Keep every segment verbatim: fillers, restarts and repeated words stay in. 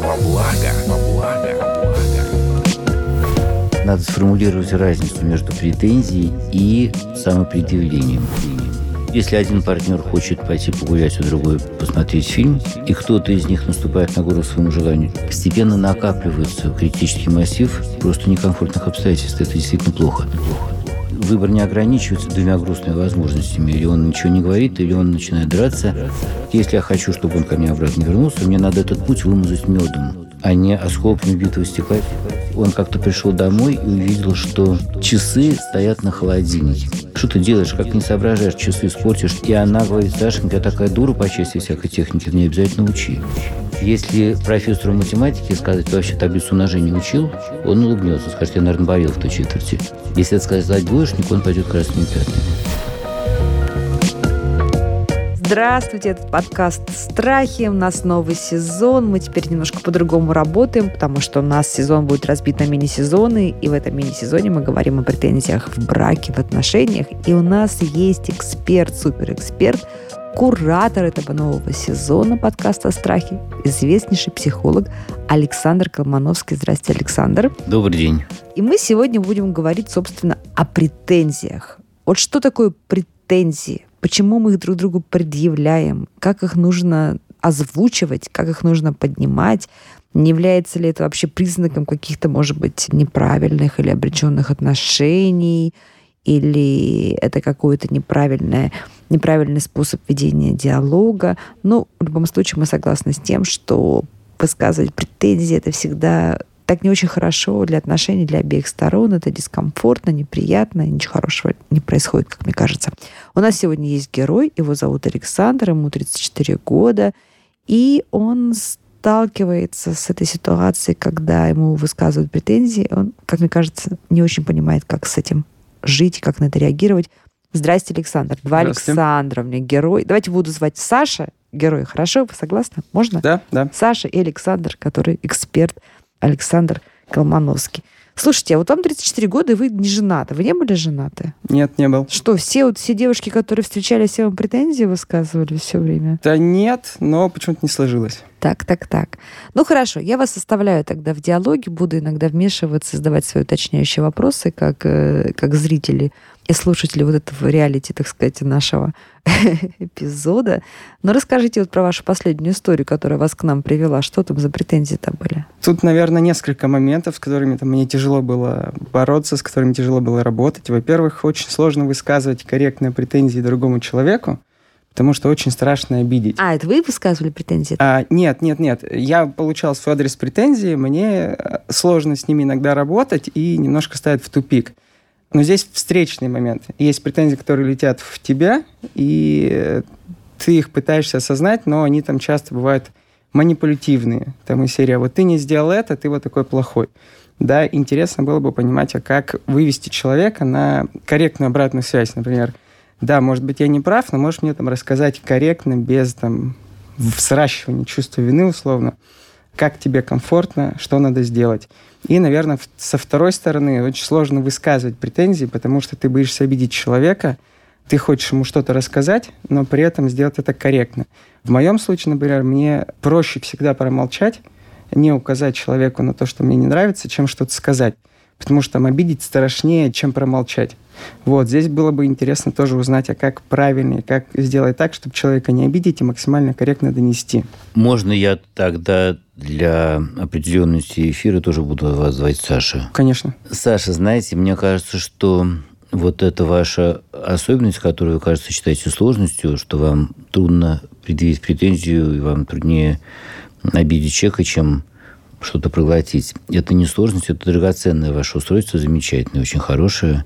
во благо, во благо. Надо сформулировать разницу между претензией и самопредъявлением. Если один партнер хочет пойти погулять, а другой посмотреть фильм, и кто-то из них наступает на горло своему желанию, постепенно накапливается критический массив просто некомфортных обстоятельств. Это действительно плохо. Выбор не ограничивается двумя грустными возможностями. Или он ничего не говорит, или он начинает драться. Если я хочу, чтобы он ко мне обратно вернулся, мне надо этот путь вымазать медом, а не осколками битого стекла. Он как-то пришел домой и увидел, что часы стоят на холодильнике. Что ты делаешь, как не соображаешь, часы испортишь? И она говорит: Сашенька, я такая дура по части всякой техники, мне обязательно учи. Если профессору математики сказать: ты вообще таблицу умножения учил, он улыбнется, скажет: я, наверное, болел в той четверти. Если это сказать двоечнику, он пойдет красными пятнами. Здравствуйте, этот подкаст «Страхи». У нас новый сезон. Мы теперь немножко по-другому работаем, потому что у нас сезон будет разбит на мини-сезоны. И в этом мини-сезоне мы говорим о претензиях в браке, в отношениях. И у нас есть эксперт, суперэксперт, куратор этого нового сезона подкаста «Страхи», известнейший психолог Александр Колмановский. Здравствуйте, Александр. Добрый день. И мы сегодня будем говорить, собственно, о претензиях. Вот что такое претензии? Почему мы их друг другу предъявляем? Как их нужно озвучивать? Как их нужно поднимать? Не является ли это вообще признаком каких-то, может быть, неправильных или обреченных отношений? Или это какой-то неправильный, неправильный способ ведения диалога? Ну, в любом случае, мы согласны с тем, что высказывать претензии — это всегда так не очень хорошо для отношений, для обеих сторон. Это дискомфортно, неприятно, ничего хорошего не происходит, как мне кажется. У нас сегодня есть герой, его зовут Александр, ему тридцать четыре года, и он сталкивается с этой ситуацией, когда ему высказывают претензии. Он, как мне кажется, не очень понимает, как с этим жить, как на это реагировать. Здрасте, Александр. Два Александра у меня герой. Давайте буду звать Саша, герой. Хорошо? Вы согласны? Можно? Да, да. Саша и Александр, который эксперт, Александр Колмановский. Слушайте, а вот вам тридцать четыре года, и вы не женаты. Вы не были женаты? Нет, не был. Что, все, вот, все девушки, которые встречались, все вам претензии высказывали все время? Да нет, но почему-то не сложилось. Так, так, так. Ну хорошо, я вас оставляю тогда в диалоге, буду иногда вмешиваться, задавать свои уточняющие вопросы, как, как зрители и слушатели вот этого реалити, так сказать, нашего эпизода. Но расскажите вот про вашу последнюю историю, которая вас к нам привела. Что там за претензии-то были? Тут, наверное, несколько моментов, с которыми там, мне тяжело было бороться, с которыми тяжело было работать. Во-первых, очень сложно высказывать корректные претензии другому человеку, потому что очень страшно обидеть. А, это вы высказывали претензии? А, нет, нет, нет. Я получал в свой адрес претензии, мне сложно с ними иногда работать и немножко ставит в тупик. Но здесь встречный момент. Есть претензии, которые летят в тебя, и ты их пытаешься осознать, но они там часто бывают манипулятивные. Там из серии: вот ты не сделал это, ты вот такой плохой. Да, интересно было бы понимать, а как вывести человека на корректную обратную связь, например. Да, может быть, я не прав, но можешь мне там рассказать корректно, без там сращивания чувства вины условно, как тебе комфортно, что надо сделать. И, наверное, со второй стороны очень сложно высказывать претензии, потому что ты боишься обидеть человека, ты хочешь ему что-то рассказать, но при этом сделать это корректно. В моем случае, например, мне проще всегда промолчать, не указать человеку на то, что мне не нравится, чем что-то сказать. Потому что там обидеть страшнее, чем промолчать. Вот, здесь было бы интересно тоже узнать, а как правильно, как сделать так, чтобы человека не обидеть и максимально корректно донести. Можно я тогда для определенности эфира тоже буду вас звать Саша? Конечно. Саша, знаете, мне кажется, что вот эта ваша особенность, которую вы, кажется, считаете сложностью, что вам трудно предъявить претензию, и вам труднее обидеть человека, чем что-то проглотить. Это не сложность, это драгоценное ваше устройство, замечательное, очень хорошее.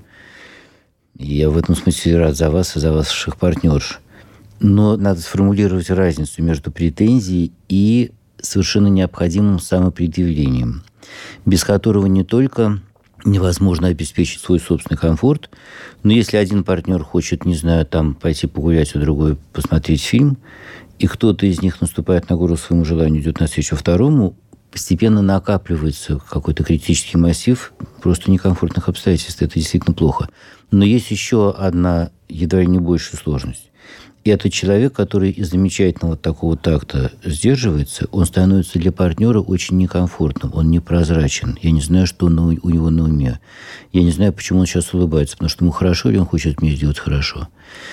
И я в этом смысле рад за вас и за ваших партнерш. Но надо сформулировать разницу между претензией и совершенно необходимым самопредъявлением, без которого не только невозможно обеспечить свой собственный комфорт, но если один партнер хочет, не знаю, там пойти погулять, а другой посмотреть фильм, и кто-то из них наступает на горло своему желанию, идет навстречу второму, постепенно накапливается какой-то критический массив просто некомфортных обстоятельств. Это действительно плохо. Но есть еще одна, едва ли не большая сложность. И этот человек, который из замечательного такого такта сдерживается, он становится для партнера очень некомфортным, он непрозрачен. Я не знаю, что у него на уме. Я не знаю, почему он сейчас улыбается, потому что ему хорошо или он хочет мне сделать хорошо.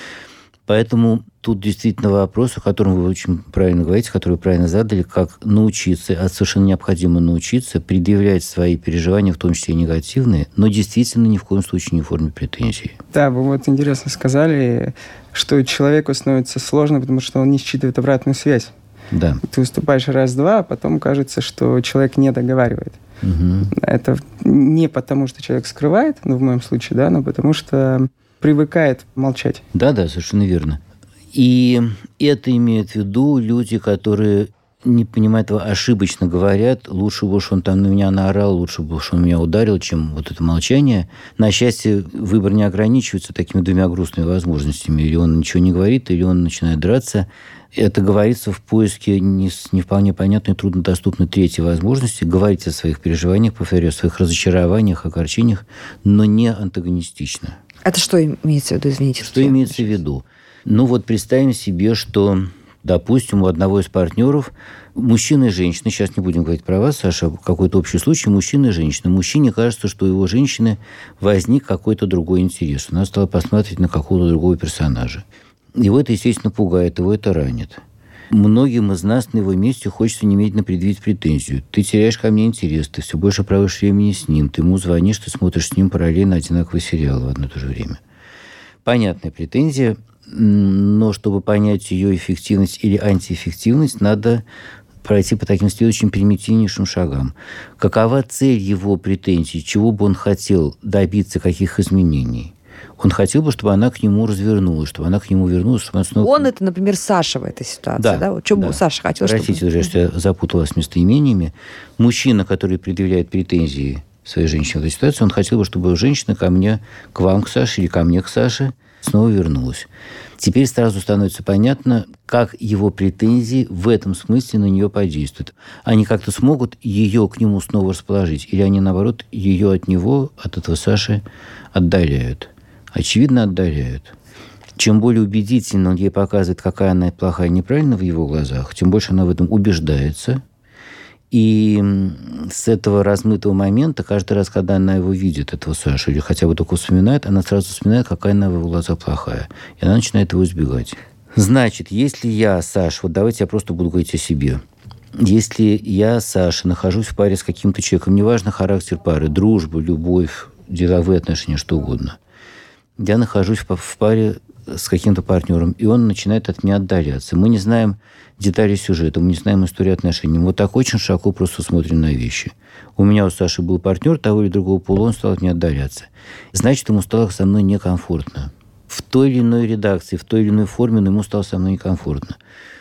Поэтому тут действительно вопрос, о котором вы очень правильно говорите, который вы правильно задали, как научиться, а совершенно необходимо научиться предъявлять свои переживания, в том числе и негативные, но действительно ни в коем случае не в форме претензий. Да, вы вот интересно сказали, что человеку становится сложно, потому что он не считывает обратную связь. Да. Ты выступаешь раз-два, а потом кажется, что человек не договаривает. Угу. Это не потому, что человек скрывает, ну, в моем случае, да, но потому что привыкает молчать. Да-да, совершенно верно. И это имеют в виду люди, которые не понимают этого, ошибочно говорят, лучше бы уж он там на меня наорал, лучше бы уж он меня ударил, чем вот это молчание. На счастье, выбор не ограничивается такими двумя грустными возможностями. Или он ничего не говорит, или он начинает драться. Это говорится в поиске не, не вполне понятной, труднодоступной третьей возможности говорить о своих переживаниях, повторяю, о своих разочарованиях, огорчениях, но не антагонистично. Это что имеется в виду, извините? Что имеется в виду? Ну вот представим себе, что, допустим, у одного из партнеров мужчина и женщина, сейчас не будем говорить про вас, Саша, какой-то общий случай, мужчина и женщина. Мужчине кажется, что у его женщины возник какой-то другой интерес. Она стала посмотреть на какого-то другого персонажа. Его это, естественно, пугает, его это ранит. Многим из нас на его месте хочется немедленно предъявить претензию. Ты теряешь ко мне интерес, ты все больше проводишь времени с ним, ты ему звонишь, ты смотришь с ним параллельно одинаковый сериал в одно и то же время. Понятная претензия, но чтобы понять ее эффективность или антиэффективность, надо пройти по таким следующим примитивнейшим шагам. Какова цель его претензий, чего бы он хотел добиться, каких изменений? Он хотел бы, чтобы она к нему развернулась, чтобы она к нему вернулась, чтобы она снова... Он это, например, Саша в этой ситуации, да? да? Что да. бы Саша хотел, Простите, чтобы... что я запутал вас с местоимениями. Мужчина, который предъявляет претензии своей женщине в этой ситуации, он хотел бы, чтобы женщина ко мне, к вам, к Саше, или ко мне, к Саше, снова вернулась. Теперь сразу становится понятно, как его претензии в этом смысле на нее подействуют. Они как-то смогут ее к нему снова расположить, или они, наоборот, ее от него, от этого Саши, отдаляют. Очевидно, отдаляют. Чем более убедительно он ей показывает, какая она плохая и неправильная в его глазах, тем больше она в этом убеждается. И с этого размытого момента, каждый раз, когда она его видит, этого Сашу, или хотя бы только вспоминает, она сразу вспоминает, какая она в его глазах плохая. И она начинает его избегать. Значит, если я, Саша, вот давайте я просто буду говорить о себе. Если я, Саша, нахожусь в паре с каким-то человеком, неважно характер пары, дружба, любовь, деловые отношения, что угодно, я нахожусь в паре с каким-то партнером, и он начинает от меня отдаляться. Мы не знаем детали сюжета, мы не знаем истории отношений. Мы вот так очень широко просто смотрим на вещи. У меня у Саши был партнер того или другого пола, он стал от меня отдаляться. Значит, ему стало со мной некомфортно. В той или иной редакции, в той или иной форме, но ему стало со мной некомфортно.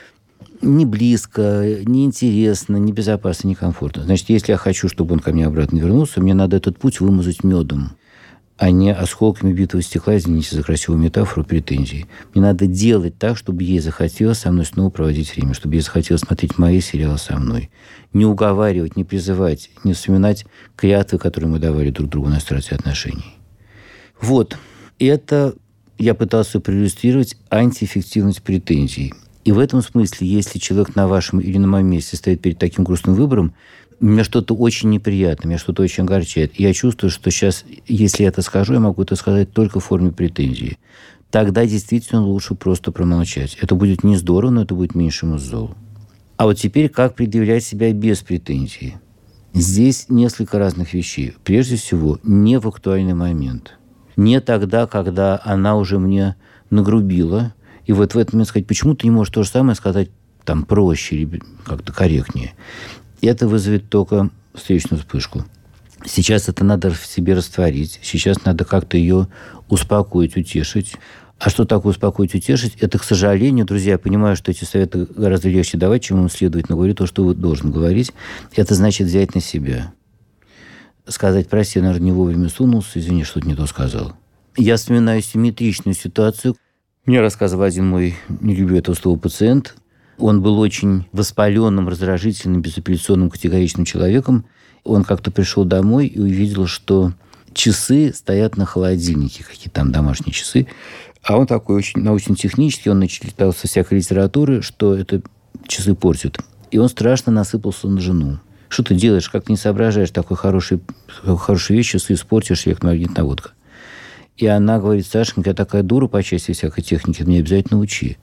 Не близко, не интересно, не безопасно, некомфортно. Значит, если я хочу, чтобы он ко мне обратно вернулся, мне надо этот путь вымазать медом, а не осколками битого стекла, извините за красивую метафору, претензий. Мне надо делать так, чтобы ей захотелось со мной снова проводить время, чтобы ей захотелось смотреть мои сериалы со мной. Не уговаривать, не призывать, не вспоминать клятвы, которые мы давали друг другу на старте отношений. Вот. Это я пытался проиллюстрировать антиэффективность претензий. И в этом смысле, если человек на вашем или на моем месте стоит перед таким грустным выбором, мне что-то очень неприятно, меня что-то очень огорчает. И я чувствую, что сейчас, если я это скажу, я могу это сказать только в форме претензии. Тогда действительно лучше просто промолчать. Это будет не здорово, но это будет меньшему злу. А вот теперь, как предъявлять себя без претензий? Здесь несколько разных вещей. Прежде всего, не в актуальный момент. Не тогда, когда она уже мне нагрубила. И вот в этот момент сказать, почему ты не можешь то же самое сказать там проще или как-то корректнее. Это вызовет только встречную вспышку. Сейчас это надо в себе растворить. Сейчас надо как-то ее успокоить, утешить. А что такое успокоить, утешить? Это, к сожалению, друзья, я понимаю, что эти советы гораздо легче давать, чем им следовать, но говорю то, что вы должны говорить. Это значит взять на себя. Сказать, прости, я, наверное, не вовремя сунулся, извини, что-то не то сказал. Я вспоминаю симметричную ситуацию. Мне рассказывал один мой, не люблю этого слова, пациент. Он был очень воспаленным, раздражительным, безапелляционным, категоричным человеком. Он как-то пришел домой и увидел, что часы стоят на холодильнике, какие-то там домашние часы. А он такой очень научно-технический, он начитал со всякой литературы, что это часы портят. И он страшно насыпался на жену. Что ты делаешь, как ты не соображаешь такой хорошей, такой хорошей вещи, часы испортишь, электромагнитная наводка. И она говорит: Сашенька, я такая дура по части всякой техники, ты меня обязательно учи.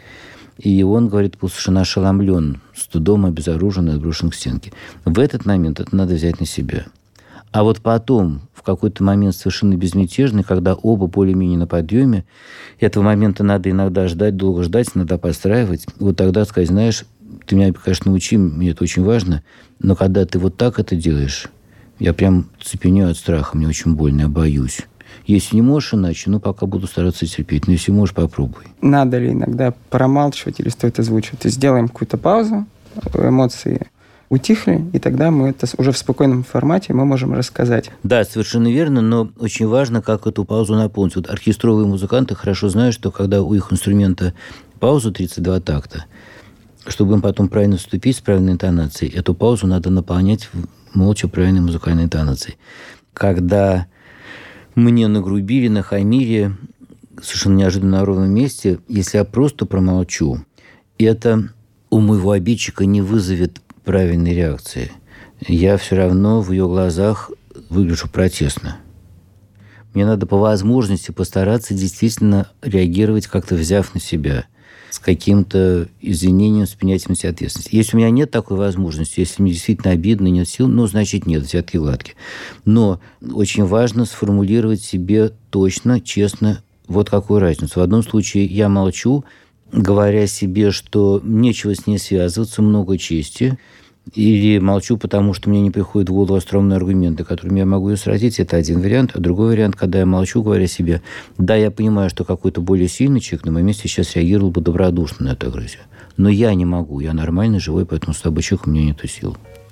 И он, говорит, был совершенно ошеломлен, стыдом, обезоружен и отброшен к стенке. В этот момент это надо взять на себя. А вот потом, в какой-то момент совершенно безмятежный, когда оба более-менее на подъеме, этого момента надо иногда ждать, долго ждать, иногда подстраивать. Вот тогда сказать: знаешь, ты меня, конечно, научи, мне это очень важно, но когда ты вот так это делаешь, я прям цепенею от страха, мне очень больно, я боюсь. Если не можешь иначе, ну, пока буду стараться терпеть. Но если можешь, попробуй. Надо ли иногда промалчивать или стоит озвучивать? То есть сделаем какую-то паузу, эмоции утихли, и тогда мы это уже в спокойном формате мы можем рассказать. Да, совершенно верно, но очень важно, как эту паузу наполнить. Вот оркестровые музыканты хорошо знают, что когда у их инструмента пауза тридцать два такта, чтобы им потом правильно вступить с правильной интонацией, эту паузу надо наполнять молча правильной музыкальной интонацией. Когда мне нагрубили, нахамили совершенно неожиданно на ровном месте, если я просто промолчу, это у моего обидчика не вызовет правильной реакции. Я все равно в ее глазах выгляжу протестно. Мне надо по возможности постараться действительно реагировать, как-то взяв на себя, с каким-то извинением, с принятием себе ответственности. Если у меня нет такой возможности, если мне действительно обидно, нет сил, ну, значит, нет, взятки гладкие. Но очень важно сформулировать себе точно, честно, вот какую разницу. В одном случае я молчу, говоря себе, что нечего с ней связываться, много чести, или молчу, потому что мне не приходят в голову остроумные аргументы, которыми я могу ее сразить. Это один вариант. А другой вариант, когда я молчу, говоря себе: да, я понимаю, что какой-то более сильный человек на моем месте сейчас реагировал бы добродушно на эту агрессию. Но я не могу. Я нормальный, живой, поэтому с тобой человек, у меня нет сил.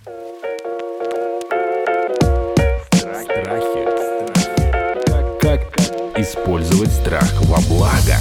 Страхи. Как использовать страх во благо?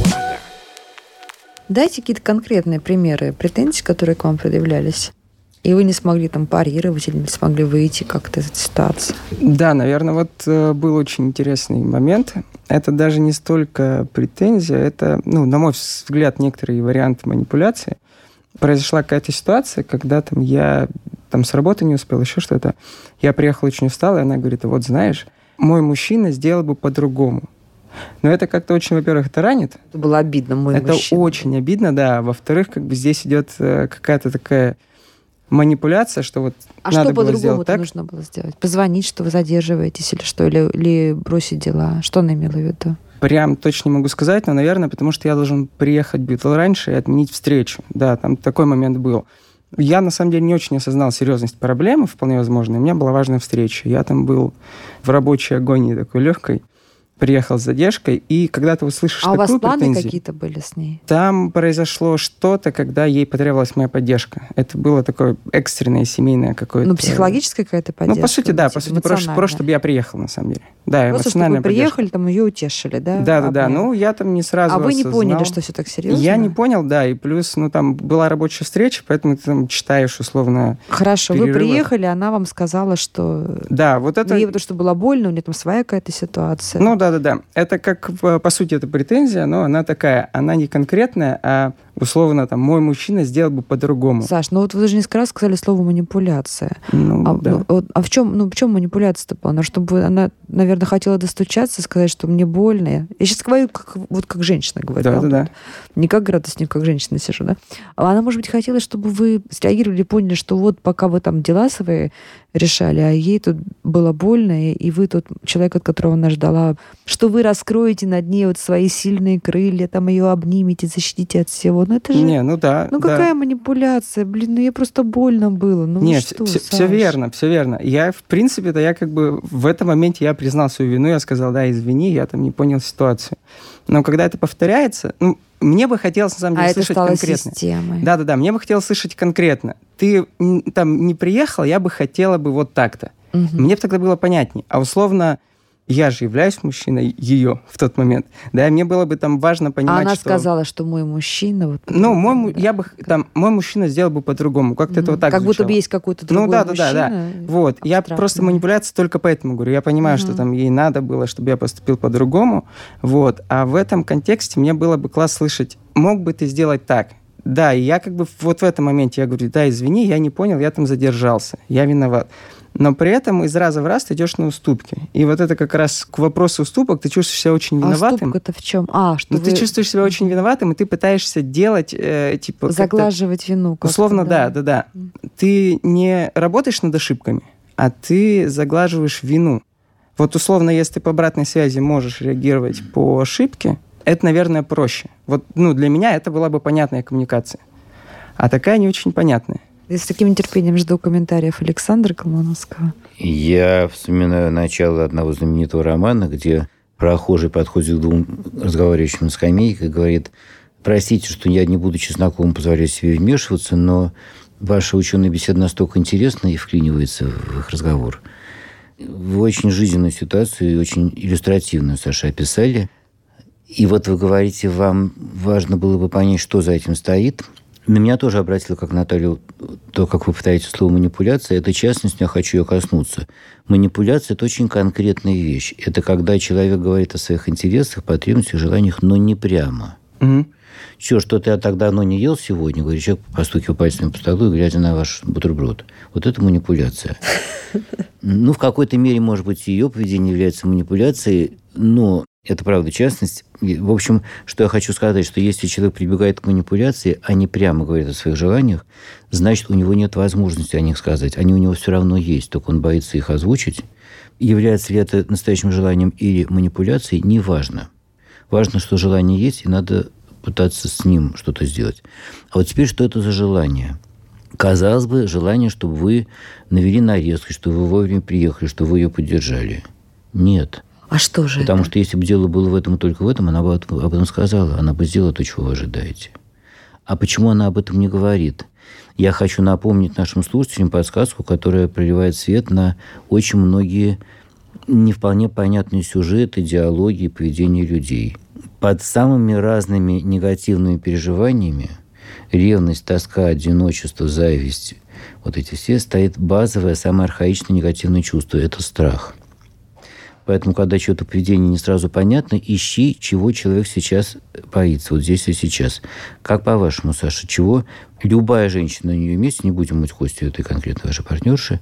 Дайте какие-то конкретные примеры претензий, которые к вам предъявлялись. И вы не смогли там парировать или не смогли выйти как-то из этой ситуации? Да, наверное, вот э, был очень интересный момент. Это даже не столько претензия, это, ну, на мой взгляд, некоторые варианты манипуляции. Произошла какая-то ситуация, когда там я там с работы не успел, еще что-то. Я приехал очень устал, и она говорит: вот знаешь, мой мужчина сделал бы по-другому. Но это как-то очень, во-первых, это ранит. Это было обидно, мой это мужчина. Это очень обидно, да. Во-вторых, как бы здесь идет э, какая-то такая манипуляция, что вот а надо что было по-другому сделать так. нужно было сделать? Позвонить, что вы задерживаетесь или что? Или, или бросить дела? Что она имела в виду? Прям точно не могу сказать, но, наверное, потому что я должен приехать битл раньше и отменить встречу. Да, там такой момент был. Я, на самом деле, не очень осознал серьезность проблемы, вполне возможно. У меня была важная встреча. Я там был в рабочей агонии такой легкой. Приехал с задержкой, и когда ты услышишь а такую претензию... А у вас планы какие-то были с ней? Там произошло что-то, когда ей потребовалась моя поддержка. Это было такое экстренное, семейное какое-то... Ну, психологическая какая-то поддержка? Ну, по сути, да. По сути, просто, просто чтобы я приехал, на самом деле. Да, просто, чтобы вы приехали, там ее утешили, да? Да-да-да. Ну, я там не сразу А вы не осознал. поняли, что все так серьезно? Я не понял, да. И плюс, ну, там была рабочая встреча, поэтому ты там читаешь, условно, Хорошо, вы приехали, она вам сказала, что... Да, вот это... Ей потому что было больно, у нее там своя какая-то ситуация. Ну, да-да-да. Это как, по сути, это претензия, но она такая, она не конкретная, а условно, там, мой мужчина сделал бы по-другому. Саш, ну вот вы же несколько раз сказали слово манипуляция. Ну, а, да. ну, вот, а в чем, ну, в чем манипуляция-то была? Ну, чтобы она, наверное, хотела достучаться, сказать, что мне больно. Я сейчас говорю, как, вот как женщина говорит. Да-да-да. Не как градусник, как женщина сижу, да? А она, может быть, хотела, чтобы вы среагировали и поняли, что вот пока вы там дела свои решали, а ей тут было больно, и вы тот человек, от которого она ждала, что вы раскроете над ней вот свои сильные крылья, там ее обнимете, защитите от всего. Ну это же... Не, ну да. Ну да. какая манипуляция? Блин, ну ей просто больно было. Ну Нет, что, все, Саш? все верно, все верно. Я, в принципе-то, я как бы в этом моменте я признал свою вину, я сказал: да, извини, я там не понял ситуацию. Но когда это повторяется, ну, мне бы хотелось, на самом деле, а слышать это стало конкретно. Системой. Да-да-да, мне бы хотелось слышать конкретно. Ты там не приехал, я бы хотела бы вот так-то. Угу. Мне бы тогда было понятнее. А условно, я же являюсь мужчиной ее в тот момент. Да, мне было бы там важно понимать, а она что... сказала, что мой мужчина... Вот, ну, мой, да. я бы там, мой мужчина сделал бы по-другому. Как-то mm-hmm. это вот так Как звучало. будто бы есть какой-то другой ну, да, мужчина. Да, да, да. Вот. Я просто манипуляция только поэтому говорю. Я понимаю, mm-hmm. что там ей надо было, чтобы я поступил по-другому. Вот. А в этом контексте мне было бы класс слышать, мог бы ты сделать так? Да, и я как бы вот в этом моменте я говорю, да, извини, я не понял, я там задержался, я виноват. Но при этом из раза в раз ты идешь на уступки. И вот это как раз к вопросу уступок, ты чувствуешь себя очень виноватым. А уступка-то в чем? А, что ну, вы... ты чувствуешь себя очень виноватым, и ты пытаешься делать, э, типа... заглаживать вину. Условно, да, да, да. Mm. Ты не работаешь над ошибками, а ты заглаживаешь вину. Вот условно, если ты по обратной связи можешь реагировать mm. по ошибке, это, наверное, проще. Вот, ну, для меня это была бы понятная коммуникация. А такая не очень понятная. Я с таким нетерпением жду комментариев Александра Колмановского. Я вспоминаю начало одного знаменитого романа, где прохожий подходит к двум разговаривающим на скамейке и говорит: простите, что я, не будучи знакомым, позволяю себе вмешиваться, но ваша ученая беседа настолько интересна и вклинивается в их разговор. Вы очень жизненную ситуацию и очень иллюстративную, Саша, описали. И вот вы говорите, вам важно было бы понять, что за этим стоит. На меня тоже обратило, как Наталью, то, как вы пытаетесь слово «манипуляция». Это частность, я хочу ее коснуться. Манипуляция – это очень конкретная вещь. Это когда человек говорит о своих интересах, потребностях, желаниях, но не прямо. Угу. Что, что-то я так давно не ел сегодня, говорит человек, постукивая пальцами по столу и глядя на ваш бутерброд. Вот это манипуляция. Ну, в какой-то мере, может быть, ее поведение является манипуляцией, но это, правда, частность. В общем, что я хочу сказать, что если человек прибегает к манипуляции, а не прямо говорит о своих желаниях, значит, у него нет возможности о них сказать. Они у него все равно есть, только он боится их озвучить. Является ли это настоящим желанием или манипуляцией, неважно. Важно, что желание есть, и надо пытаться с ним что-то сделать. А вот теперь, что это за желание? Казалось бы, желание, чтобы вы навели нарезку, чтобы вы вовремя приехали, чтобы вы ее поддержали. Нет. А что же Потому это? что если бы дело было в этом и только в этом, она бы об этом сказала. Она бы сделала то, чего вы ожидаете. А почему она об этом не говорит? Я хочу напомнить нашим слушателям подсказку, которая проливает свет на очень многие не вполне понятные сюжеты, диалоги и поведение людей. Под самыми разными негативными переживаниями – ревность, тоска, одиночество, зависть – вот эти все – стоит базовое, самое архаичное негативное чувство – это страх. Поэтому, когда чье-то поведение не сразу понятно, ищи, чего человек сейчас боится, вот здесь и сейчас. Как по-вашему, Саша, чего любая женщина на нее месте, не будем мыть кости этой конкретной вашей партнерши,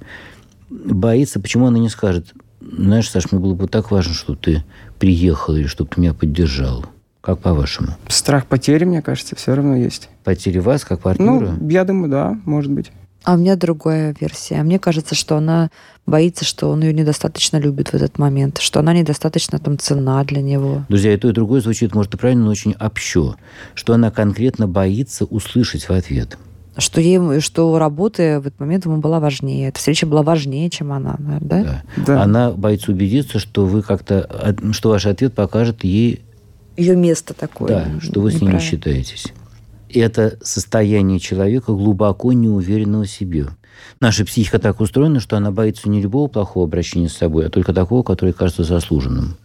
боится, почему она не скажет: знаешь, Саша, мне было бы так важно, чтобы ты приехал или чтобы ты меня поддержал. Как по-вашему? Страх потери, мне кажется, все равно есть. Потери вас как партнера? Ну, я думаю, да, может быть. А у меня другая версия. Мне кажется, что она боится, что он ее недостаточно любит в этот момент, что она недостаточно там ценна для него. Друзья, и то, и другое звучит, может, и правильно, но очень общо. Что она конкретно боится услышать в ответ. Что, ей, что работа в этот момент ему была важнее. Эта встреча была важнее, чем она, да? Да. Да. Она боится убедиться, что вы как-то, что ваш ответ покажет ей... Ее место такое. Да, что вы с ней не считаетесь. Это состояние человека, глубоко неуверенного в себе. Наша психика так устроена, что она боится не любого плохого обращения с собой, а только такого, которое кажется заслуженным.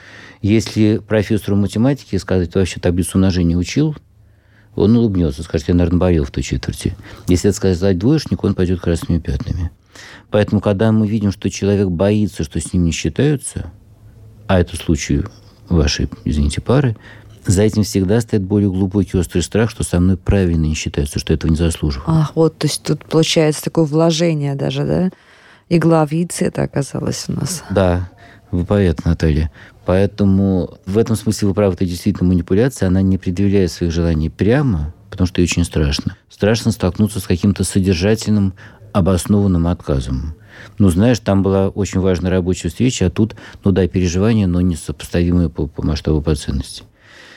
Если профессору математики сказать: ты вообще таблицу умножения учил, он улыбнется, скажет: я, наверное, болел в той четверти. Если это сказать двоечнику, он пойдет красными пятнами. Поэтому, когда мы видим, что человек боится, что с ним не считаются, а это случай вашей, извините, пары, за этим всегда стоит более глубокий острый страх, что со мной правильно не считается, что этого не заслуживаю. Ах, вот, то есть тут получается такое вложение даже, да? Игла в яйце это оказалось у нас. Да, вы поэт, Наталья. Поэтому в этом смысле вы правы, это действительно манипуляция. Она не предъявляет своих желаний прямо, потому что ей очень страшно. Страшно столкнуться с каким-то содержательным, обоснованным отказом. Ну, знаешь, там была очень важная рабочая встреча, а тут, ну да, переживания, но несопоставимые по, по масштабу, по ценности.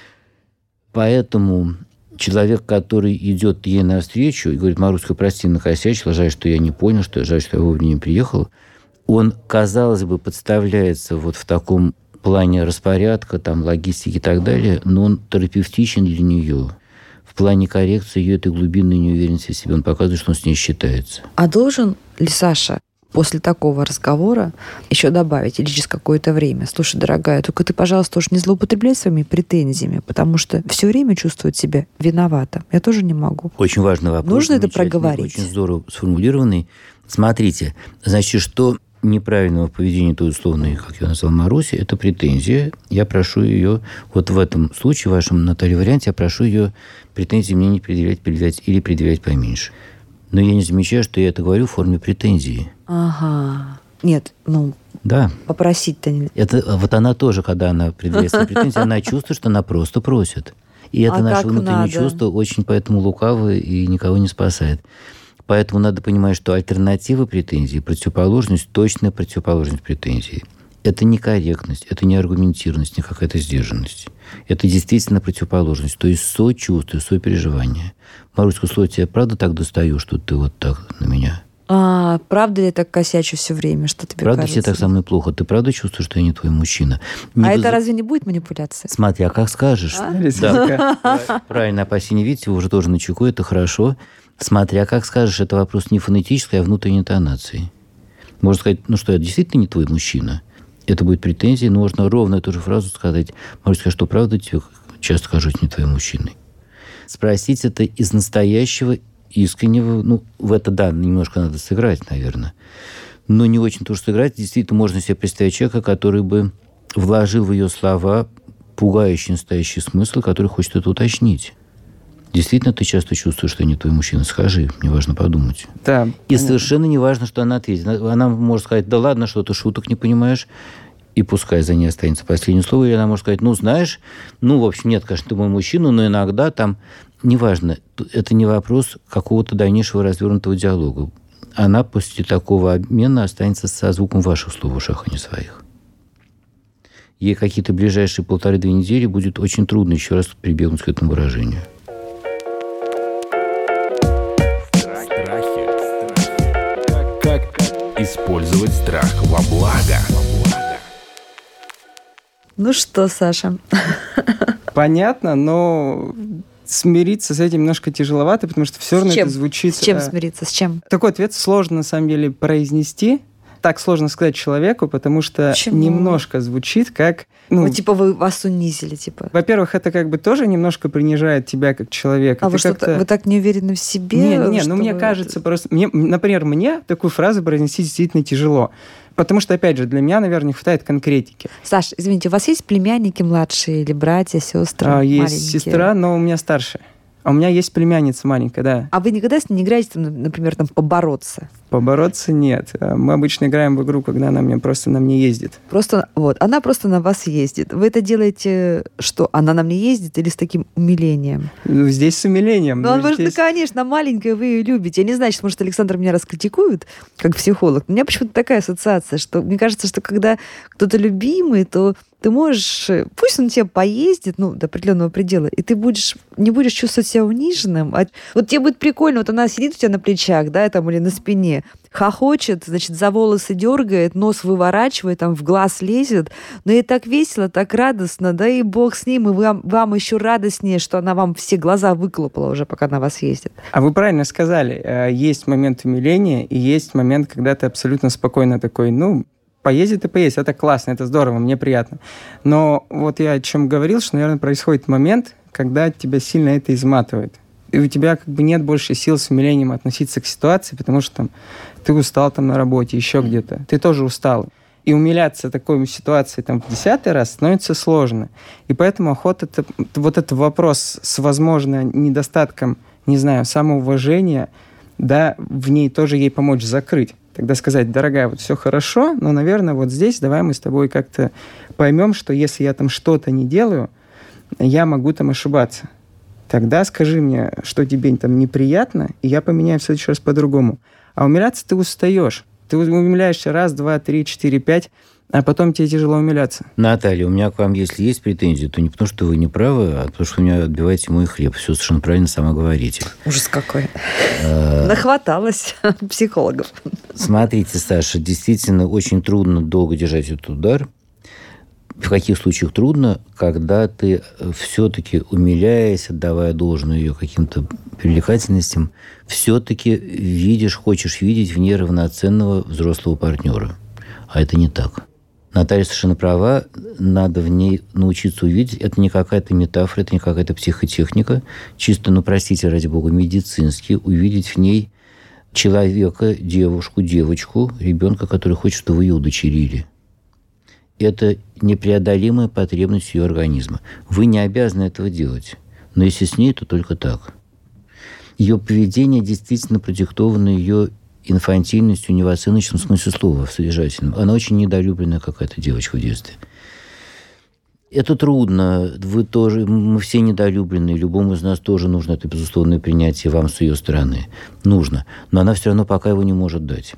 Поэтому человек, который идет ей навстречу и говорит: Маруська, прости, накосячила, жаль, что я не понял, что жаль, что я вовремя не приехал, он, казалось бы, подставляется вот в таком плане распорядка, там, логистики и так далее, но он терапевтичен для нее. В плане коррекции ее этой глубинной неуверенности в себе. Он показывает, что он с ней считается. А должен ли Саша после такого разговора еще добавить, или через какое-то время: слушай, дорогая, только ты, пожалуйста, уж не злоупотребляй своими претензиями, потому что все время чувствовать себя виноватым я тоже не могу. Очень важный вопрос. Нужно это проговорить. Очень здорово сформулированный. Смотрите, значит, что неправильного поведения той условной, как я назвал, Маруси, это претензия. Я прошу ее, вот в этом случае, в вашем, Наталья, варианте, я прошу ее претензии мне не предъявлять, предъявлять или предъявлять поменьше. Но я не замечаю, что я это говорю в форме претензии. Ага. Нет, ну, да. Попросить-то не... Это, вот она тоже, когда она предъявляет свои претензии, она чувствует, что она просто просит. И это а наше внутреннее надо? чувство очень поэтому лукавое и никого не спасает. Поэтому надо понимать, что альтернатива претензии, противоположность, точная противоположность претензии. Это не корректность, это не аргументированность, не какая-то сдержанность. Это действительно противоположность, то есть сочувствие, сопереживание. Маруська, слово, тебя правда так достаю, что ты вот так на меня? А, правда ли я так косячу все время, что тебе правда кажется? Правда тебе так со мной плохо? Ты правда чувствуешь, что я не твой мужчина? Не а выз... это разве не будет манипуляция? Смотри, а как скажешь? А? Да. Правильно, опасение, видите, вы уже тоже на чеку, это хорошо. Смотря как скажешь, это вопрос не фонетической, а внутренней интонации. Можно сказать, ну что, я действительно не твой мужчина. Это будет претензия, но можно ровно эту же фразу сказать. Можно сказать, что правда тебе часто кажусь не твоим мужчиной. Спросить это из настоящего, искреннего, ну, в это, да, немножко надо сыграть, наверное. Но не очень тоже сыграть. Действительно, можно себе представить человека, который бы вложил в ее слова пугающий настоящий смысл, который хочет это уточнить. Действительно, ты часто чувствуешь, что я не твой мужчина. Скажи, мне важно подумать. Да, и понятно. совершенно не важно, что она ответит. Она может сказать, да ладно, что ты шуток не понимаешь, и пускай за ней останется последнее слово. Или она может сказать, ну, знаешь, ну, в общем, нет, конечно, ты мой мужчина, но иногда там, неважно, это не вопрос какого-то дальнейшего развернутого диалога. Она после такого обмена останется со звуком ваших слов в ушах, а не своих. Ей какие-то ближайшие полторы-две недели будет очень трудно еще раз прибегнуть к этому выражению. Использовать страх во благо. Ну что, Саша? Понятно, но смириться с этим немножко тяжеловато, потому что все равно это звучит... С чем смириться? С чем? Такой ответ сложно, на самом деле, произнести. Так сложно сказать человеку, потому что Почему? Немножко звучит как... Ну, ну, типа, вы вас унизили, типа. Во-первых, это как бы тоже немножко принижает тебя как человека. А Ты вы что, вы так не уверены в себе? Не, не, ну мне кажется, просто... Мне, например, мне такую фразу произнести действительно тяжело. Потому что, опять же, для меня, наверное, не хватает конкретики. Саш, извините, у вас есть племянники младшие или братья, сестры а, маленькие? Есть сестра, но у меня старшая. А у меня есть племянница маленькая, да. А вы никогда с ней не играете, там, например, там, побороться? Побороться нет. Мы обычно играем в игру, когда она мне просто на мне ездит. Просто, вот, она просто на вас ездит. Вы это делаете, что, она на мне ездит или с таким умилением? Ну, здесь с умилением. Ну, может, здесь... ну, конечно, маленькая, вы ее любите. Я не знаю, может, Александр меня раскритикует, как психолог. У меня почему-то такая ассоциация, что мне кажется, что когда кто-то любимый, то ты можешь... Пусть он тебе поездит, ну, до определенного предела, и ты будешь, не будешь чувствовать себя униженным. А вот тебе будет прикольно, вот она сидит у тебя на плечах, да, там, или на спине, хохочет, значит, за волосы дергает, нос выворачивает, там, в глаз лезет. Но ей так весело, так радостно, да и бог с ним, и вам, вам еще радостнее, что она вам все глаза выколупала уже, пока на вас ездит. А вы правильно сказали. Есть момент умиления, и есть момент, когда ты абсолютно спокойно такой, ну, поездит и поездит, это классно, это здорово, мне приятно. Но вот я о чем говорил, что, наверное, происходит момент, когда тебя сильно это изматывает. И у тебя как бы нет больше сил с умилением относиться к ситуации, потому что там, ты устал там на работе, еще mm. где-то. Ты тоже устал. И умиляться такой ситуации там, в десятый раз становится сложно. И поэтому охота, это, вот этот вопрос с, возможно, недостатком, не знаю, самоуважения, да, в ней тоже ей помочь закрыть. Тогда сказать, дорогая, вот все хорошо, но, наверное, вот здесь давай мы с тобой как-то поймем, что если я там что-то не делаю, я могу там ошибаться. Тогда скажи мне, что тебе там неприятно, и я поменяю в следующий раз по-другому. А умиляться ты устаешь. Ты умиляешься раз, два, три, четыре, пять, а потом тебе тяжело умиляться. Наталья, у меня к вам, если есть претензии, то не потому, что вы не правы, а потому, что вы меня отбиваете мой хлеб. Все совершенно правильно сама говорите. Ужас какой. Нахваталась психологов. Смотрите, Саша, действительно очень трудно долго держать этот удар. В каких случаях трудно, когда ты все-таки, умиляясь, отдавая должное ее каким-то привлекательностям, все-таки видишь, хочешь видеть в ней равноценного взрослого партнера. А это не так. Наталья совершенно права, надо в ней научиться увидеть. Это не какая-то метафора, это не какая-то психотехника. Чисто, ну, простите, ради бога, медицински увидеть в ней человека, девушку, девочку, ребенка, который хочет, чтобы вы ее удочерили. Это непреодолимая потребность ее организма. Вы не обязаны этого делать. Но если с ней, то только так. Ее поведение действительно продиктовано ее инфантильностью не в оценочном смысле слова, в содержательном. Она очень недолюбленная какая-то девочка в детстве. Это трудно. Вы тоже, мы все недолюбленные. Любому из нас тоже нужно это безусловное принятие вам с ее стороны. Нужно. Но она все равно пока его не может дать.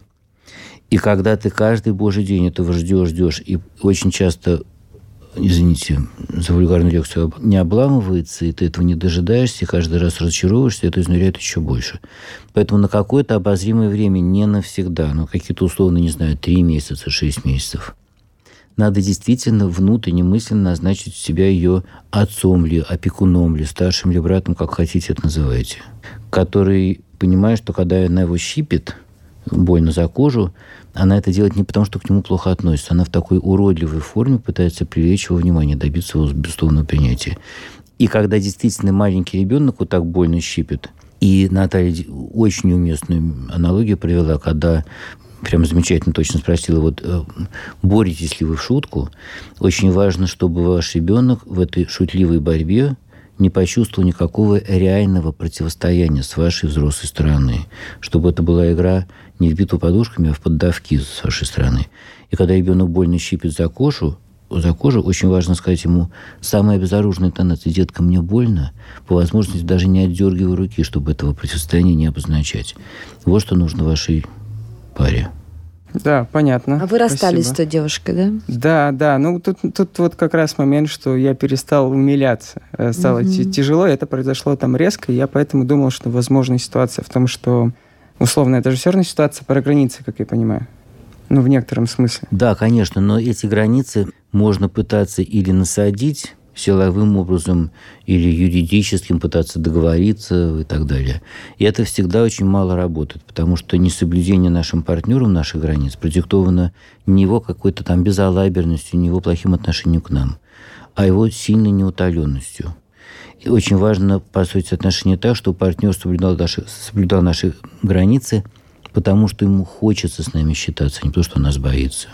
И когда ты каждый божий день этого ждешь, ждешь, и очень часто, извините за вульгарную лекцию, не обламывается, и ты этого не дожидаешься, и каждый раз разочаровываешься, это изнуряет еще больше. Поэтому на какое-то обозримое время, не навсегда, но какие-то условно, не знаю, три месяца, шесть месяцев, надо действительно внутренне, мысленно назначить себя ее отцом ли, опекуном ли, старшим ли братом, как хотите это называйте, который понимает, что когда она его щипит, больно за кожу, она это делает не потому, что к нему плохо относится. Она в такой уродливой форме пытается привлечь его внимание, добиться его безусловного принятия. И когда действительно маленький ребенок вот так больно щипит, и Наталья очень уместную аналогию провела, когда прям замечательно точно спросила, вот боретесь ли вы в шутку, очень важно, чтобы ваш ребенок в этой шутливой борьбе не почувствовал никакого реального противостояния с вашей взрослой стороны. Чтобы это была игра не в битву подушками, а в поддавки с вашей стороны. И когда ребенок больно щипит за кожу, за кожу, очень важно сказать ему самая безоружная интонация: «Детка, мне больно», по возможности даже не отдергивая руки, чтобы этого противостояния не обозначать. Вот что нужно вашей паре. Да, понятно. А вы расстались Спасибо. с той девушкой, да? Да, да. Ну, тут, тут вот как раз момент, что я перестал умиляться. Стало mm-hmm. тяжело, это произошло там резко, и я поэтому думал, что возможна ситуация в том, что, условно, это же все равно ситуация про границы, как я понимаю. Ну, в некотором смысле. Да, конечно, но эти границы можно пытаться или насадить силовым образом, или юридическим пытаться договориться и так далее. И это всегда очень мало работает, потому что несоблюдение нашим партнером наших границ продиктовано не его какой-то там безалаберностью, не его плохим отношением к нам, а его сильной неутоленностью. И очень важно построить отношения так, чтобы партнер соблюдал наши, соблюдал наши границы, потому что ему хочется с нами считаться, а не потому что он нас боится.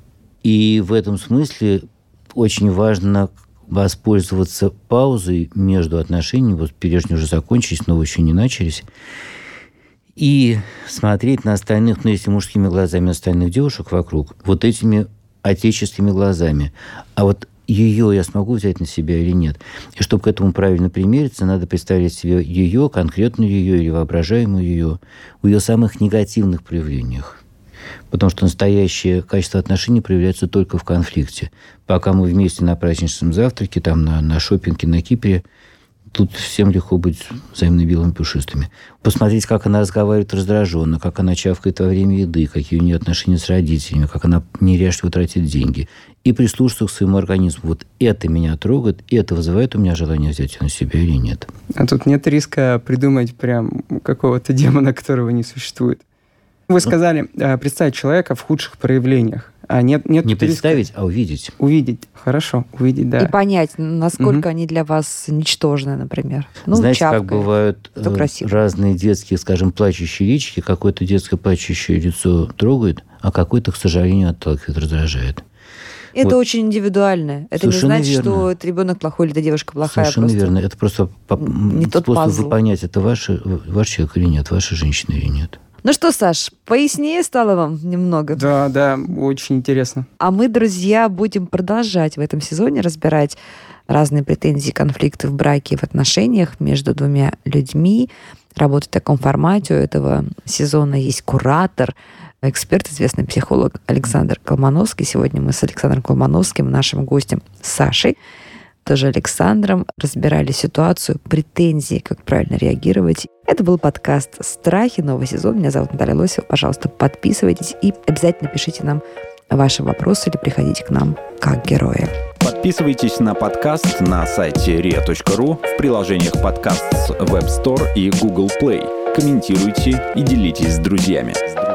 И в этом смысле очень важно воспользоваться паузой между отношениями, вот прежние уже закончились, но еще не начались, и смотреть на остальных, ну, если мужскими глазами остальных девушек вокруг, вот этими отеческими глазами. А вот ее я смогу взять на себя или нет? И чтобы к этому правильно примериться, надо представлять себе ее, конкретную ее или воображаемую ее, в ее самых негативных проявлениях. Потому что настоящее качество отношений проявляется только в конфликте. Пока мы вместе на праздничном завтраке, там, на, на шопинге на Кипре, тут всем легко быть взаимно белыми пушистыми. Посмотреть, как она разговаривает раздраженно, как она чавкает во время еды, какие у нее отношения с родителями, как она неряшливо тратит деньги. И прислушаться к своему организму. Вот это меня трогает, и это вызывает у меня желание взять ее на себя или нет. А тут нет риска придумать прям какого-то демона, которого не существует. Вы сказали, представить человека в худших проявлениях. А нет, нет не представить, риска... а увидеть. Увидеть. Хорошо, увидеть, да. И понять, насколько угу. они для вас ничтожны, например. Ну, знаете, чавкает, как бывают разные детские, скажем, плачущие личики. Какое-то детское плачущее лицо трогает, а какое-то, к сожалению, отталкивает, раздражает. Это вот. Очень индивидуально. Это Совершенно не значит, верно. что это ребенок плохой или эта девушка плохая. Совершенно просто верно. Это просто не способ тот пазл. понять, это ваш, ваш человек или нет, ваша женщина или нет. Ну что, Саш, пояснее стало вам немного? Да, да, очень интересно. А мы, друзья, будем продолжать в этом сезоне разбирать разные претензии, конфликты в браке и в отношениях между двумя людьми. Работать в таком формате. У этого сезона есть куратор, эксперт, известный психолог Александр Колмановский. Сегодня мы с Александром Колмановским, нашим гостем Сашей, тоже Александром, разбирали ситуацию, претензии, как правильно реагировать. Это был подкаст «Страхи», новый сезон. Меня зовут Наталья Лосева. Пожалуйста, подписывайтесь и обязательно пишите нам ваши вопросы или приходите к нам как герои. Подписывайтесь на подкаст на сайте риа точка ру, в приложениях подкаст с Web Store и Google Play. Комментируйте и делитесь с друзьями.